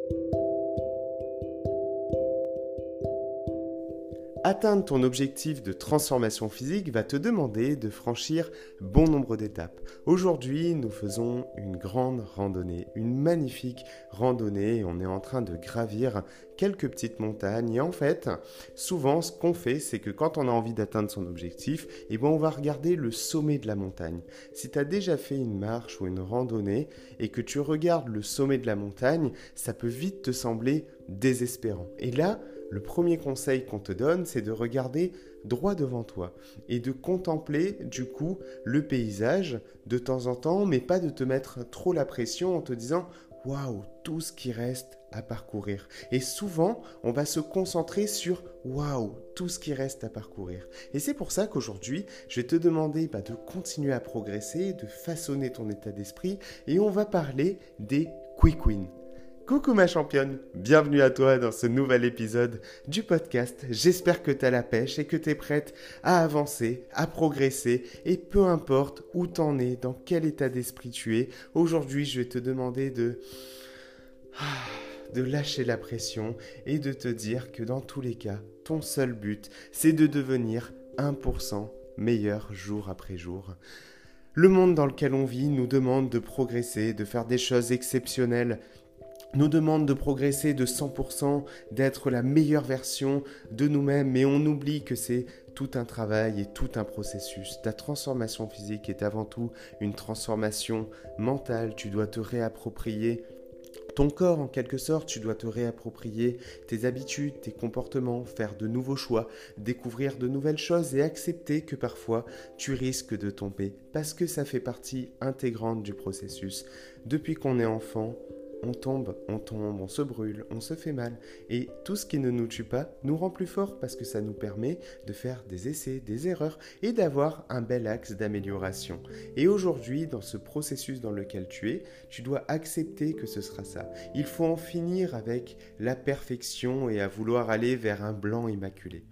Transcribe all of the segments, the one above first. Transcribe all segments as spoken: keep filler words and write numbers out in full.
Atteindre ton objectif de transformation physique va te demander de franchir bon nombre d'étapes. Aujourd'hui, nous faisons une grande randonnée, une magnifique randonnée. On est en train de gravir quelques petites montagnes. Et en fait, souvent, ce qu'on fait, c'est que quand on a envie d'atteindre son objectif, eh ben, on va regarder le sommet de la montagne. Si tu as déjà fait une marche ou une randonnée et que tu regardes le sommet de la montagne, ça peut vite te sembler désespérant. Et là, le premier conseil qu'on te donne, c'est de regarder droit devant toi et de contempler du coup le paysage de temps en temps, mais pas de te mettre trop la pression en te disant « Waouh, tout ce qui reste à parcourir ». Et souvent, on va se concentrer sur « Waouh, tout ce qui reste à parcourir ». Et c'est pour ça qu'aujourd'hui, je vais te demander bah, de continuer à progresser, de façonner ton état d'esprit et on va parler des quick wins. Coucou ma championne, bienvenue à toi dans ce nouvel épisode du podcast. J'espère que tu as la pêche et que tu es prête à avancer, à progresser et peu importe où tu en es, dans quel état d'esprit tu es, aujourd'hui je vais te demander de... de lâcher la pression et de te dire que dans tous les cas, ton seul but, c'est de devenir un pour cent meilleur jour après jour. Le monde dans lequel on vit nous demande de progresser, de faire des choses exceptionnelles, nous demande de progresser de cent pour cent, d'être la meilleure version de nous-mêmes, mais on oublie que c'est tout un travail et tout un processus. Ta transformation physique est avant tout une transformation mentale. Tu dois te réapproprier ton corps en quelque sorte, tu dois te réapproprier tes habitudes, tes comportements, faire de nouveaux choix, découvrir de nouvelles choses et accepter que parfois tu risques de tomber parce que ça fait partie intégrante du processus. Depuis qu'on est enfant, on tombe, on tombe, on se brûle, on se fait mal. Et tout ce qui ne nous tue pas nous rend plus forts parce que ça nous permet de faire des essais, des erreurs et d'avoir un bel axe d'amélioration. Et aujourd'hui, dans ce processus dans lequel tu es, tu dois accepter que ce sera ça. Il faut en finir avec la perfection et à vouloir aller vers un blanc immaculé.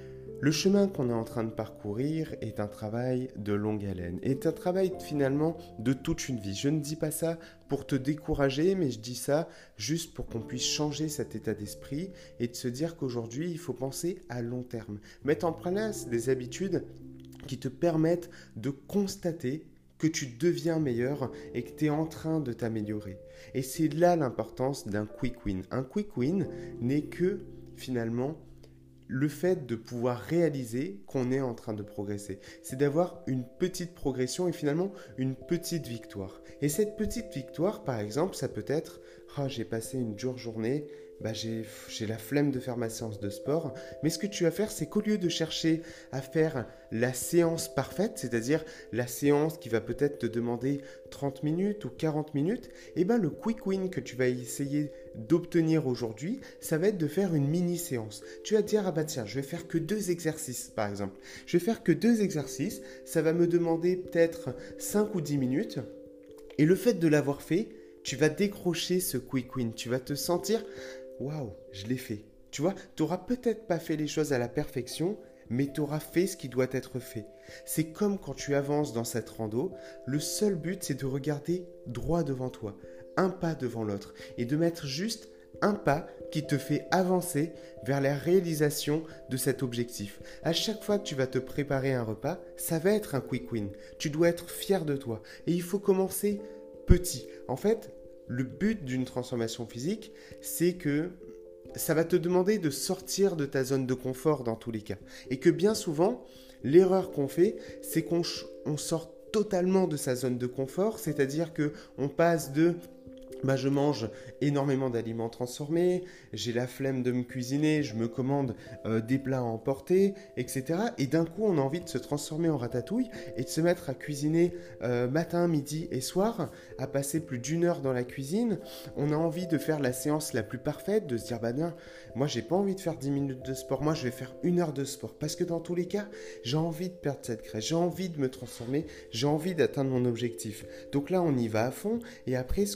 Le chemin qu'on est en train de parcourir est un travail de longue haleine, est un travail finalement de toute une vie. Je ne dis pas ça pour te décourager, mais je dis ça juste pour qu'on puisse changer cet état d'esprit et de se dire qu'aujourd'hui, il faut penser à long terme. Mettre en place des habitudes qui te permettent de constater que tu deviens meilleur et que tu es en train de t'améliorer. Et c'est là l'importance d'un quick win. Un quick win n'est que finalement le fait de pouvoir réaliser qu'on est en train de progresser. C'est d'avoir une petite progression et finalement une petite victoire. Et cette petite victoire, par exemple, ça peut être oh, « j'ai passé une dure journée, bah, j'ai, j'ai la flemme de faire ma séance de sport ». Mais ce que tu vas faire, c'est qu'au lieu de chercher à faire la séance parfaite, c'est-à-dire la séance qui va peut-être te demander trente minutes ou quarante minutes, eh ben le quick win que tu vas essayer d'obtenir aujourd'hui, ça va être de faire une mini-séance. Tu vas te dire, ah bah tiens, je vais faire que deux exercices, par exemple. Je vais faire que deux exercices, ça va me demander peut-être cinq ou dix minutes. Et le fait de l'avoir fait, tu vas décrocher ce quick win. Tu vas te sentir, waouh, je l'ai fait. Tu vois, tu n'auras peut-être pas fait les choses à la perfection, mais tu auras fait ce qui doit être fait. C'est comme quand tu avances dans cette rando, le seul but, c'est de regarder droit devant toi, un pas devant l'autre, et de mettre juste un pas qui te fait avancer vers la réalisation de cet objectif. À chaque fois que tu vas te préparer un repas, ça va être un quick win. Tu dois être fier de toi. Et il faut commencer petit. En fait, le but d'une transformation physique, c'est que ça va te demander de sortir de ta zone de confort dans tous les cas. Et que bien souvent, l'erreur qu'on fait, c'est qu'on on sort totalement de sa zone de confort, c'est-à-dire qu'on passe de bah, je mange énormément d'aliments transformés, j'ai la flemme de me cuisiner, je me commande euh, des plats à emporter, et cetera. Et d'un coup, on a envie de se transformer en ratatouille et de se mettre à cuisiner euh, matin, midi et soir, à passer plus d'une heure dans la cuisine. On a envie de faire la séance la plus parfaite, de se dire, bah non, moi j'ai pas envie de faire dix minutes de sport, moi je vais faire une heure de sport. Parce que dans tous les cas, j'ai envie de perdre cette graisse, j'ai envie de me transformer, j'ai envie d'atteindre mon objectif. Donc là, on y va à fond et après, ce qu'on fait, c'est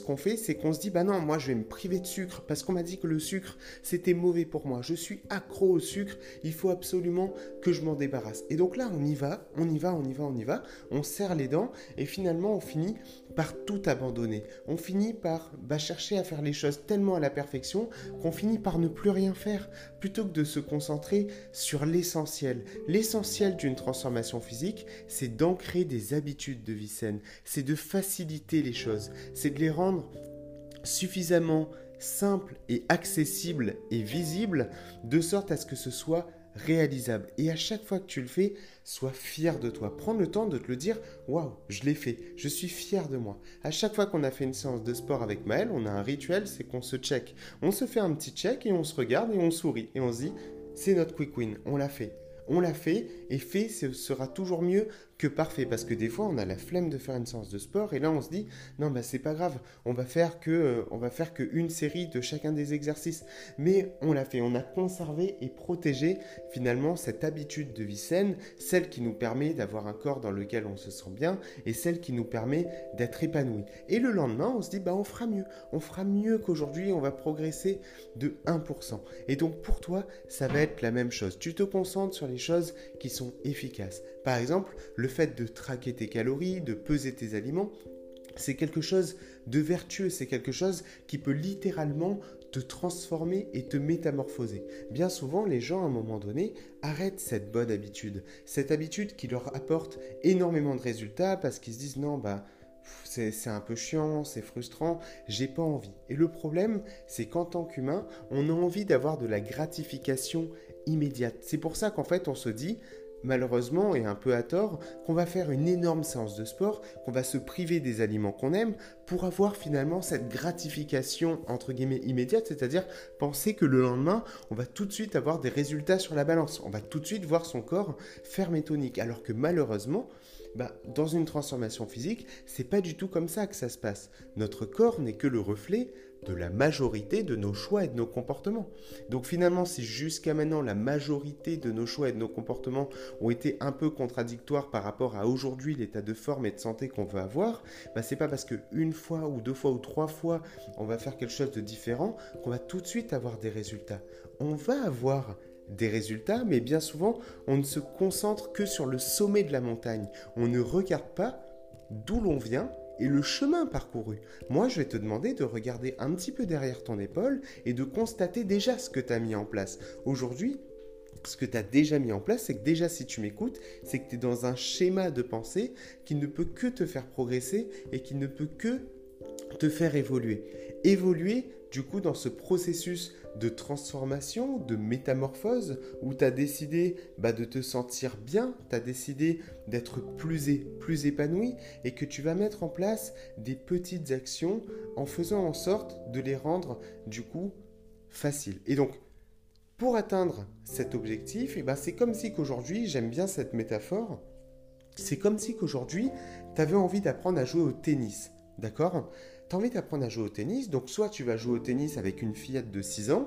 c'est qu'on se dit, bah non, moi je vais me priver de sucre parce qu'on m'a dit que le sucre, c'était mauvais pour moi. Je suis accro au sucre, il faut absolument que je m'en débarrasse. Et donc là, on y va, on y va, on y va, on y va, on serre les dents et finalement, on finit par tout abandonner. On finit par bah, chercher à faire les choses tellement à la perfection qu'on finit par ne plus rien faire, plutôt que de se concentrer sur l'essentiel. L'essentiel d'une transformation physique, c'est d'ancrer des habitudes de vie saine, c'est de faciliter les choses, c'est de les rendre suffisamment simples et accessibles et visibles, de sorte à ce que ce soit réalisable. Et à chaque fois que tu le fais, sois fier de toi. Prends le temps de te le dire, waouh, je l'ai fait, je suis fier de moi. À chaque fois qu'on a fait une séance de sport avec Maël, on a un rituel, c'est qu'on se check. On se fait un petit check et on se regarde et on sourit. Et on se dit, c'est notre quick win, on l'a fait. On l'a fait et fait ce sera toujours mieux que parfait, parce que des fois on a la flemme de faire une séance de sport et là on se dit non bah c'est pas grave, on va faire que euh, on va faire que une série de chacun des exercices, mais on l'a fait, on a conservé et protégé finalement cette habitude de vie saine, celle qui nous permet d'avoir un corps dans lequel on se sent bien et celle qui nous permet d'être épanoui. Et le lendemain on se dit bah on fera mieux, on fera mieux qu'aujourd'hui, on va progresser de un pour cent. Et donc pour toi ça va être la même chose, tu te concentres sur les choses qui sont efficaces. Par exemple, le fait de traquer tes calories, de peser tes aliments, c'est quelque chose de vertueux, c'est quelque chose qui peut littéralement te transformer et te métamorphoser. Bien souvent, les gens, à un moment donné, arrêtent cette bonne habitude. Cette habitude qui leur apporte énormément de résultats parce qu'ils se disent « Non, bah, c'est, c'est un peu chiant, c'est frustrant, j'ai pas envie. » Et le problème, c'est qu'en tant qu'humain, on a envie d'avoir de la gratification immédiate. C'est pour ça qu'en fait, on se dit malheureusement et un peu à tort, qu'on va faire une énorme séance de sport, qu'on va se priver des aliments qu'on aime pour avoir finalement cette gratification entre guillemets immédiate, c'est-à-dire penser que le lendemain, on va tout de suite avoir des résultats sur la balance, on va tout de suite voir son corps ferme et tonique, alors que malheureusement, bah, dans une transformation physique, c'est pas du tout comme ça que ça se passe. Notre corps n'est que le reflet de la majorité de nos choix et de nos comportements. Donc finalement, si jusqu'à maintenant la majorité de nos choix et de nos comportements ont été un peu contradictoires par rapport à aujourd'hui l'état de forme et de santé qu'on veut avoir, bah c'est pas parce qu'une fois ou deux fois ou trois fois on va faire quelque chose de différent qu'on va tout de suite avoir des résultats. On va avoir des résultats, mais bien souvent, on ne se concentre que sur le sommet de la montagne. On ne regarde pas d'où l'on vient et le chemin parcouru. Moi, je vais te demander de regarder un petit peu derrière ton épaule et de constater déjà ce que tu as mis en place. Aujourd'hui, ce que tu as déjà mis en place, c'est que déjà, si tu m'écoutes, c'est que tu es dans un schéma de pensée qui ne peut que te faire progresser et qui ne peut que te faire évoluer. Évoluer, du coup, dans ce processus de transformation, de métamorphose, où tu as décidé bah, de te sentir bien, tu as décidé d'être plus, é- plus épanoui et que tu vas mettre en place des petites actions en faisant en sorte de les rendre, du coup, faciles. Et donc, pour atteindre cet objectif, eh ben, c'est comme si qu'aujourd'hui, j'aime bien cette métaphore, c'est comme si qu'aujourd'hui, tu avais envie d'apprendre à jouer au tennis, d'accord ? Tu as envie d'apprendre à jouer au tennis, donc soit tu vas jouer au tennis avec une fillette de six ans,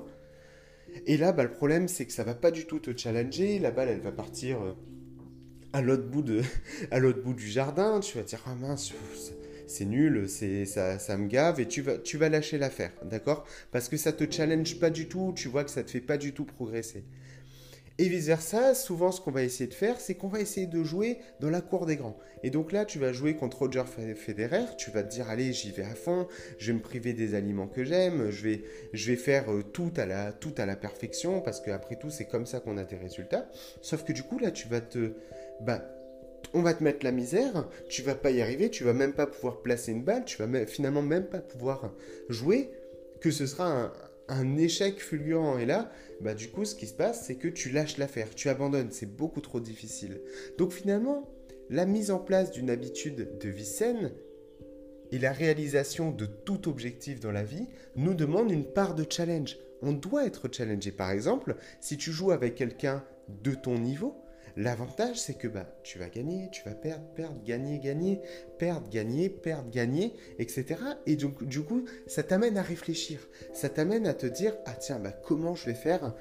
et là, bah, le problème, c'est que ça ne va pas du tout te challenger, la balle, elle va partir euh, à l'autre bout, de, à l'autre bout du jardin, tu vas te dire « Ah mince, c'est nul, c'est, ça, ça me gave », et tu vas, tu vas lâcher l'affaire, d'accord ? Parce que ça ne te challenge pas du tout, tu vois que ça ne te fait pas du tout progresser. Et vice-versa, souvent ce qu'on va essayer de faire, c'est qu'on va essayer de jouer dans la cour des grands. Et donc là, tu vas jouer contre Roger Federer, tu vas te dire, allez, j'y vais à fond, je vais me priver des aliments que j'aime, je vais, je vais faire euh, tout, à la, tout à la perfection, parce qu'après tout, c'est comme ça qu'on a des résultats. Sauf que du coup, là, tu vas te... Bah, on va te mettre la misère, tu vas pas y arriver, tu vas même pas pouvoir placer une balle, tu vas même, finalement même pas pouvoir jouer, que ce sera un... un échec fulgurant. Et là, bah, du coup, ce qui se passe, c'est que tu lâches l'affaire, tu abandonnes, c'est beaucoup trop difficile. Donc finalement, la mise en place d'une habitude de vie saine et la réalisation de tout objectif dans la vie nous demandent une part de challenge. On doit être challengé. Par exemple, si tu joues avec quelqu'un de ton niveau, l'avantage, c'est que bah, tu vas gagner, tu vas perdre, perdre, gagner, gagner, perdre, gagner, perdre, gagner, et cetera. Et donc, du coup, ça t'amène à réfléchir. Ça t'amène à te dire, ah tiens, bah, comment je vais faire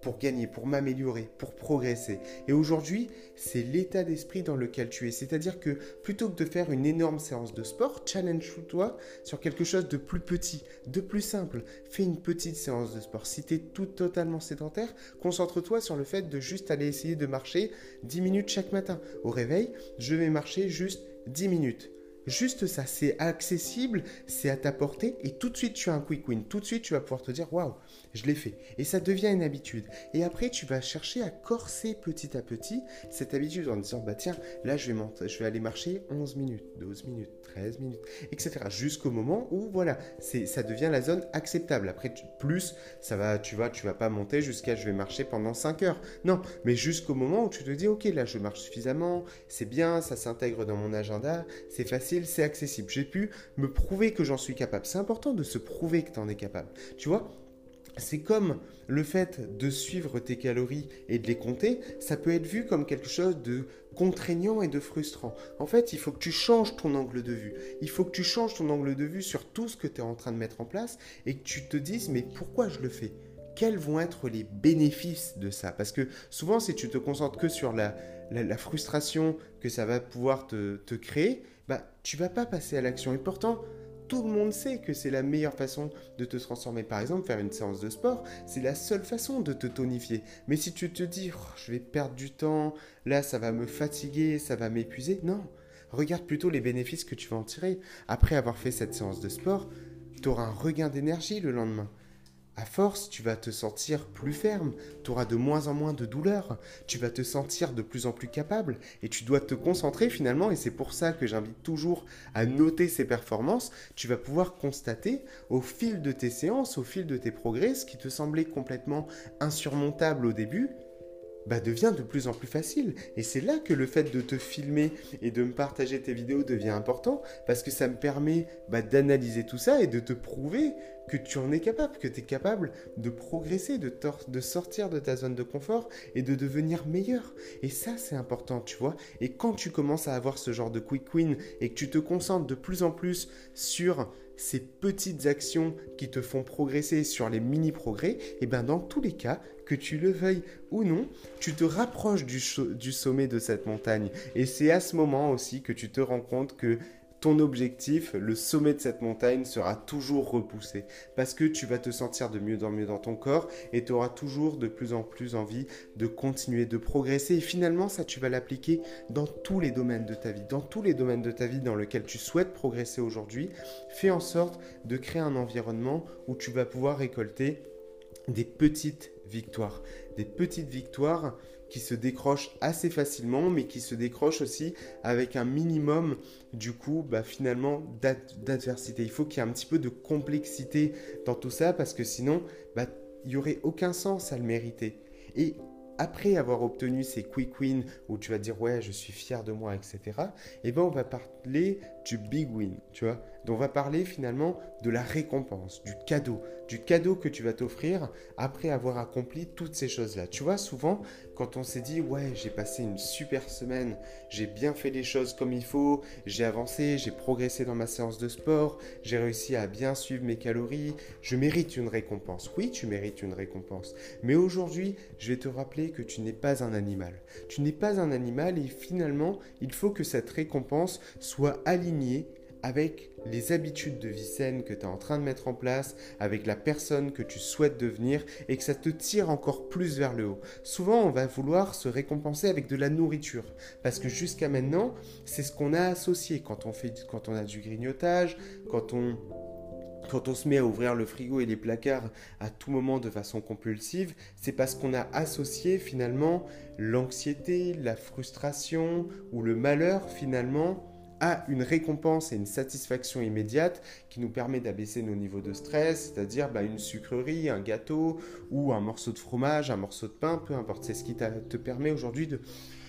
pour gagner, pour m'améliorer, pour progresser. Et aujourd'hui, c'est l'état d'esprit dans lequel tu es. C'est-à-dire que plutôt que de faire une énorme séance de sport, challenge-toi sur quelque chose de plus petit, de plus simple. Fais une petite séance de sport. Si tu es tout totalement sédentaire, concentre-toi sur le fait de juste aller essayer de marcher dix minutes chaque matin. Au réveil, je vais marcher juste dix minutes. Juste ça, c'est accessible, c'est à ta portée et tout de suite tu as un quick win. Tout de suite tu vas pouvoir te dire waouh, je l'ai fait. Et ça devient une habitude. Et après tu vas chercher à corser petit à petit cette habitude en disant bah tiens, là je vais, monter, je vais aller marcher onze minutes, douze minutes, treize minutes, et cetera. Jusqu'au moment où voilà, c'est, ça devient la zone acceptable. Après tu, plus, ça va, tu vas, tu vas pas monter jusqu'à je vais marcher pendant cinq heures. Non, mais jusqu'au moment où tu te dis ok, là je marche suffisamment, c'est bien, ça s'intègre dans mon agenda, c'est facile. C'est accessible. J'ai pu me prouver que j'en suis capable. C'est important de se prouver que tu en es capable. Tu vois, c'est comme le fait de suivre tes calories et de les compter, ça peut être vu comme quelque chose de contraignant et de frustrant. En fait, il faut que tu changes ton angle de vue. Il faut que tu changes ton angle de vue sur tout ce que tu es en train de mettre en place et que tu te dises mais pourquoi je le fais ? Quels vont être les bénéfices de ça ? Parce que souvent, si tu te concentres que sur la, la, la frustration que ça va pouvoir te, te créer, bah, tu ne vas pas passer à l'action. Et pourtant, tout le monde sait que c'est la meilleure façon de te transformer. Par exemple, faire une séance de sport, c'est la seule façon de te tonifier. Mais si tu te dis, oh, je vais perdre du temps, là, ça va me fatiguer, ça va m'épuiser, non. Regarde plutôt les bénéfices que tu vas en tirer. Après avoir fait cette séance de sport, tu auras un regain d'énergie le lendemain. À force, tu vas te sentir plus ferme, tu auras de moins en moins de douleur, tu vas te sentir de plus en plus capable et tu dois te concentrer finalement, et c'est pour ça que j'invite toujours à noter ces performances. Tu vas pouvoir constater au fil de tes séances, au fil de tes progrès, ce qui te semblait complètement insurmontable au début, bah, devient de plus en plus facile. Et c'est là que le fait de te filmer et de me partager tes vidéos devient important, parce que ça me permet bah, d'analyser tout ça et de te prouver que tu en es capable, que tu es capable de progresser, de, tor- de sortir de ta zone de confort et de devenir meilleur. Et ça, c'est important, tu vois. Et quand tu commences à avoir ce genre de quick win et que tu te concentres de plus en plus sur ces petites actions qui te font progresser, sur les mini-progrès, et bien dans tous les cas, que tu le veuilles ou non, tu te rapproches du, cho- du sommet de cette montagne. Et c'est à ce moment aussi que tu te rends compte que ton objectif, le sommet de cette montagne, sera toujours repoussé. Parce que tu vas te sentir de mieux en mieux dans ton corps et tu auras toujours de plus en plus envie de continuer de progresser. Et finalement, ça, tu vas l'appliquer dans tous les domaines de ta vie. Dans tous les domaines de ta vie dans lesquels tu souhaites progresser aujourd'hui, fais en sorte de créer un environnement où tu vas pouvoir récolter des petites victoires. Des petites victoires qui se décrochent assez facilement, mais qui se décrochent aussi avec un minimum, du coup, bah, finalement, d'ad- d'adversité. Il faut qu'il y ait un petit peu de complexité dans tout ça, parce que sinon, bah, il n'y aurait aucun sens à le mériter. Et après avoir obtenu ces quick wins où tu vas dire ouais je suis fier de moi, et cetera, et ben on va parler du big win, tu vois. Donc on va parler finalement de la récompense, du cadeau, du cadeau que tu vas t'offrir après avoir accompli toutes ces choses-là. Tu vois, souvent quand on s'est dit ouais j'ai passé une super semaine, j'ai bien fait les choses comme il faut, j'ai avancé, j'ai progressé dans ma séance de sport, j'ai réussi à bien suivre mes calories, je mérite une récompense. Oui, tu mérites une récompense. Mais aujourd'hui, je vais te rappeler que tu n'es pas un animal. Tu n'es pas un animal et finalement, il faut que cette récompense soit alignée avec les habitudes de vie saine que tu es en train de mettre en place, avec la personne que tu souhaites devenir et que ça te tire encore plus vers le haut. Souvent, on va vouloir se récompenser avec de la nourriture parce que jusqu'à maintenant, c'est ce qu'on a associé quand on fait, quand on a du grignotage, quand on Quand on se met à ouvrir le frigo et les placards à tout moment de façon compulsive, c'est parce qu'on a associé finalement l'anxiété, la frustration ou le malheur finalement à une récompense et une satisfaction immédiate qui nous permet d'abaisser nos niveaux de stress, c'est-à-dire bah, une sucrerie, un gâteau ou un morceau de fromage, un morceau de pain, peu importe. C'est ce qui te permet aujourd'hui de...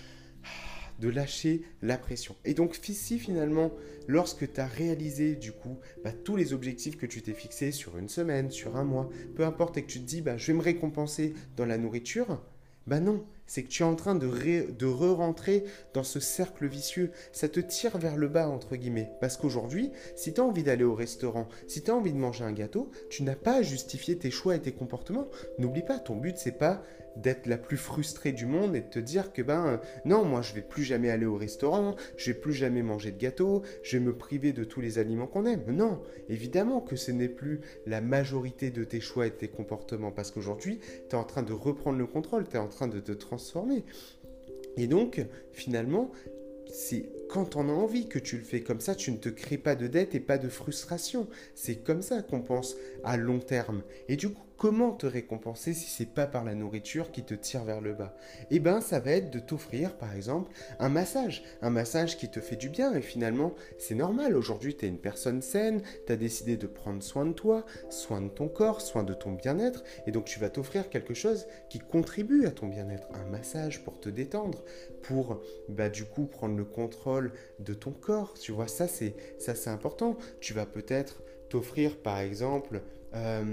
de lâcher la pression. Et donc ici finalement, lorsque tu as réalisé du coup bah, tous les objectifs que tu t'es fixés sur une semaine, sur un mois, peu importe, et que tu te dis bah, je vais me récompenser dans la nourriture, bah non, c'est que tu es en train de, ré- de re-rentrer dans ce cercle vicieux. Ça te tire vers le bas, entre guillemets. Parce qu'aujourd'hui, si tu as envie d'aller au restaurant, si tu as envie de manger un gâteau, tu n'as pas à justifier tes choix et tes comportements. N'oublie pas, ton but, c'est pas d'être la plus frustrée du monde et de te dire que ben euh, non, moi je vais plus jamais aller au restaurant, je vais plus jamais manger de gâteau, je vais me priver de tous les aliments qu'on aime. Non, évidemment que ce n'est plus la majorité de tes choix et de tes comportements parce qu'aujourd'hui, tu es en train de reprendre le contrôle, tu es en train de te transformer. Et donc, finalement, c'est quand on a envie que tu le fais comme ça, tu ne te crées pas de dette et pas de frustration. C'est comme ça qu'on pense à long terme. Et du coup, comment te récompenser si c'est pas par la nourriture qui te tire vers le bas? Eh bien, ça va être de t'offrir, par exemple, un massage. Un massage qui te fait du bien. Et finalement, c'est normal. Aujourd'hui, tu es une personne saine, tu as décidé de prendre soin de toi, soin de ton corps, soin de ton bien-être. Et donc, tu vas t'offrir quelque chose qui contribue à ton bien-être. Un massage pour te détendre, pour, bah, du coup, prendre le contrôle de ton corps. Tu vois, ça, c'est, ça, c'est important. Tu vas peut-être t'offrir, par exemple, euh,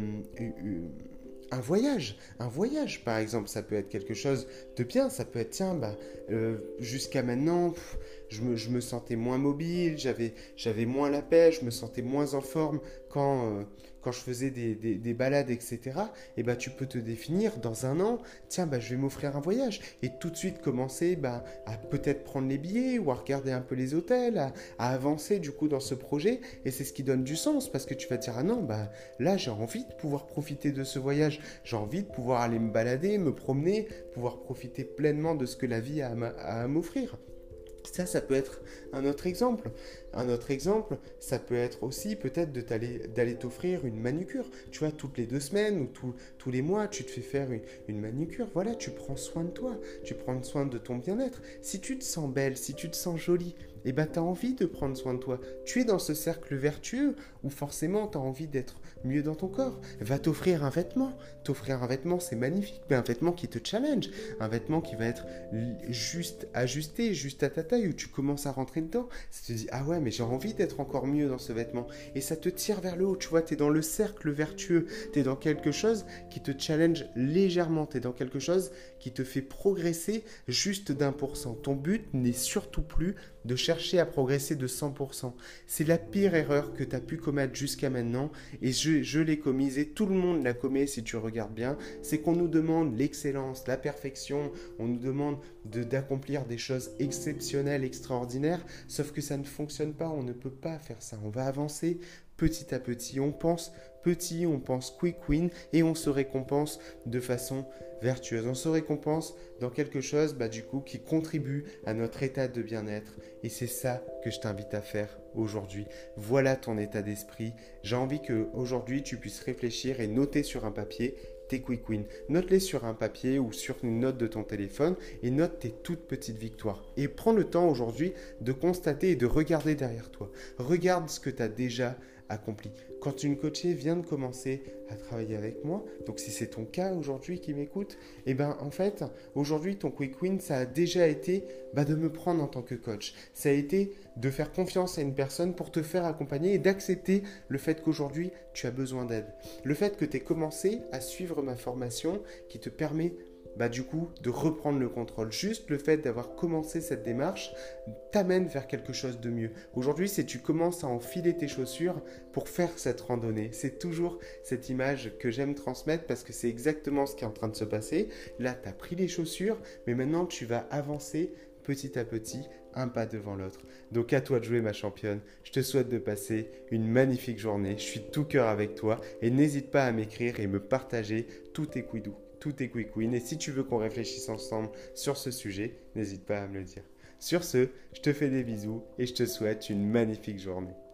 un voyage. Un voyage, par exemple, ça peut être quelque chose de bien. Ça peut être, tiens, bah, euh, jusqu'à maintenant, pff, je, me, je me sentais moins mobile, j'avais, j'avais moins la pêche, je me sentais moins en forme quand, euh, quand je faisais des, des, des balades, et cetera. Et bah, tu peux te définir dans un an, tiens, bah, je vais m'offrir un voyage. Et tout de suite commencer bah, à peut-être prendre les billets ou à regarder un peu les hôtels, à, à avancer du coup dans ce projet. Et c'est ce qui donne du sens parce que tu vas te dire, ah non, bah, là, j'ai envie de pouvoir profiter de ce voyage. J'ai envie de pouvoir aller me balader, me promener, pouvoir profiter pleinement de ce que la vie a à, à m'offrir. Ça, ça peut être un autre exemple. Un autre exemple, ça peut être aussi peut-être de t'aller, d'aller t'offrir une manucure. Tu vois, toutes les deux semaines ou tout, tous les mois, tu te fais faire une, une manucure. Voilà, tu prends soin de toi, tu prends soin de ton bien-être. Si tu te sens belle, si tu te sens jolie, eh ben, tu as envie de prendre soin de toi. Tu es dans ce cercle vertueux où forcément tu as envie d'être mieux dans ton corps. Va t'offrir un vêtement. T'offrir un vêtement, c'est magnifique, mais un vêtement qui te challenge. Un vêtement qui va être juste ajusté, juste à ta taille, où tu commences à rentrer dedans. Ça te dit, ah ouais, mais j'ai envie d'être encore mieux dans ce vêtement. Et ça te tire vers le haut. Tu vois, tu es dans le cercle vertueux. Tu es dans quelque chose qui te challenge légèrement. Tu es dans quelque chose qui te fait progresser juste d'un pour cent. Ton but n'est surtout plus de chercher à progresser de cent pour cent. C'est la pire erreur que tu as pu commettre jusqu'à maintenant et je, je l'ai commise et tout le monde la commet si tu regardes bien. C'est qu'on nous demande l'excellence, la perfection, on nous demande de, d'accomplir des choses exceptionnelles, extraordinaires, sauf que ça ne fonctionne pas, on ne peut pas faire ça. On va avancer petit à petit, on pense petit, on pense quick win et on se récompense de façon vertueuse. On se récompense dans quelque chose bah, du coup qui contribue à notre état de bien-être et c'est ça que je t'invite à faire aujourd'hui. Voilà ton état d'esprit. J'ai envie que aujourd'hui tu puisses réfléchir et noter sur un papier tes quick wins. Note-les sur un papier ou sur une note de ton téléphone et note tes toutes petites victoires. Et prends le temps aujourd'hui de constater et de regarder derrière toi. Regarde ce que tu as déjà accompli. Quand une coachée vient de commencer à travailler avec moi, donc si c'est ton cas aujourd'hui qui m'écoute, et eh ben en fait, aujourd'hui ton quick win, ça a déjà été bah, de me prendre en tant que coach. Ça a été de faire confiance à une personne pour te faire accompagner et d'accepter le fait qu'aujourd'hui tu as besoin d'aide. Le fait que tu aies commencé à suivre ma formation qui te permet bah du coup de reprendre le contrôle. Juste le fait d'avoir commencé cette démarche t'amène vers quelque chose de mieux. Aujourd'hui, c'est tu commences à enfiler tes chaussures pour faire cette randonnée. C'est toujours cette image que j'aime transmettre parce que c'est exactement ce qui est en train de se passer. Là, tu as pris les chaussures, mais maintenant tu vas avancer petit à petit, un pas devant l'autre. Donc à toi de jouer ma championne. Je te souhaite de passer une magnifique journée. Je suis de tout cœur avec toi et n'hésite pas à m'écrire et me partager tous tes coups doux. Tous tes quick wins. Et si tu veux qu'on réfléchisse ensemble sur ce sujet, n'hésite pas à me le dire. Sur ce, je te fais des bisous et je te souhaite une magnifique journée.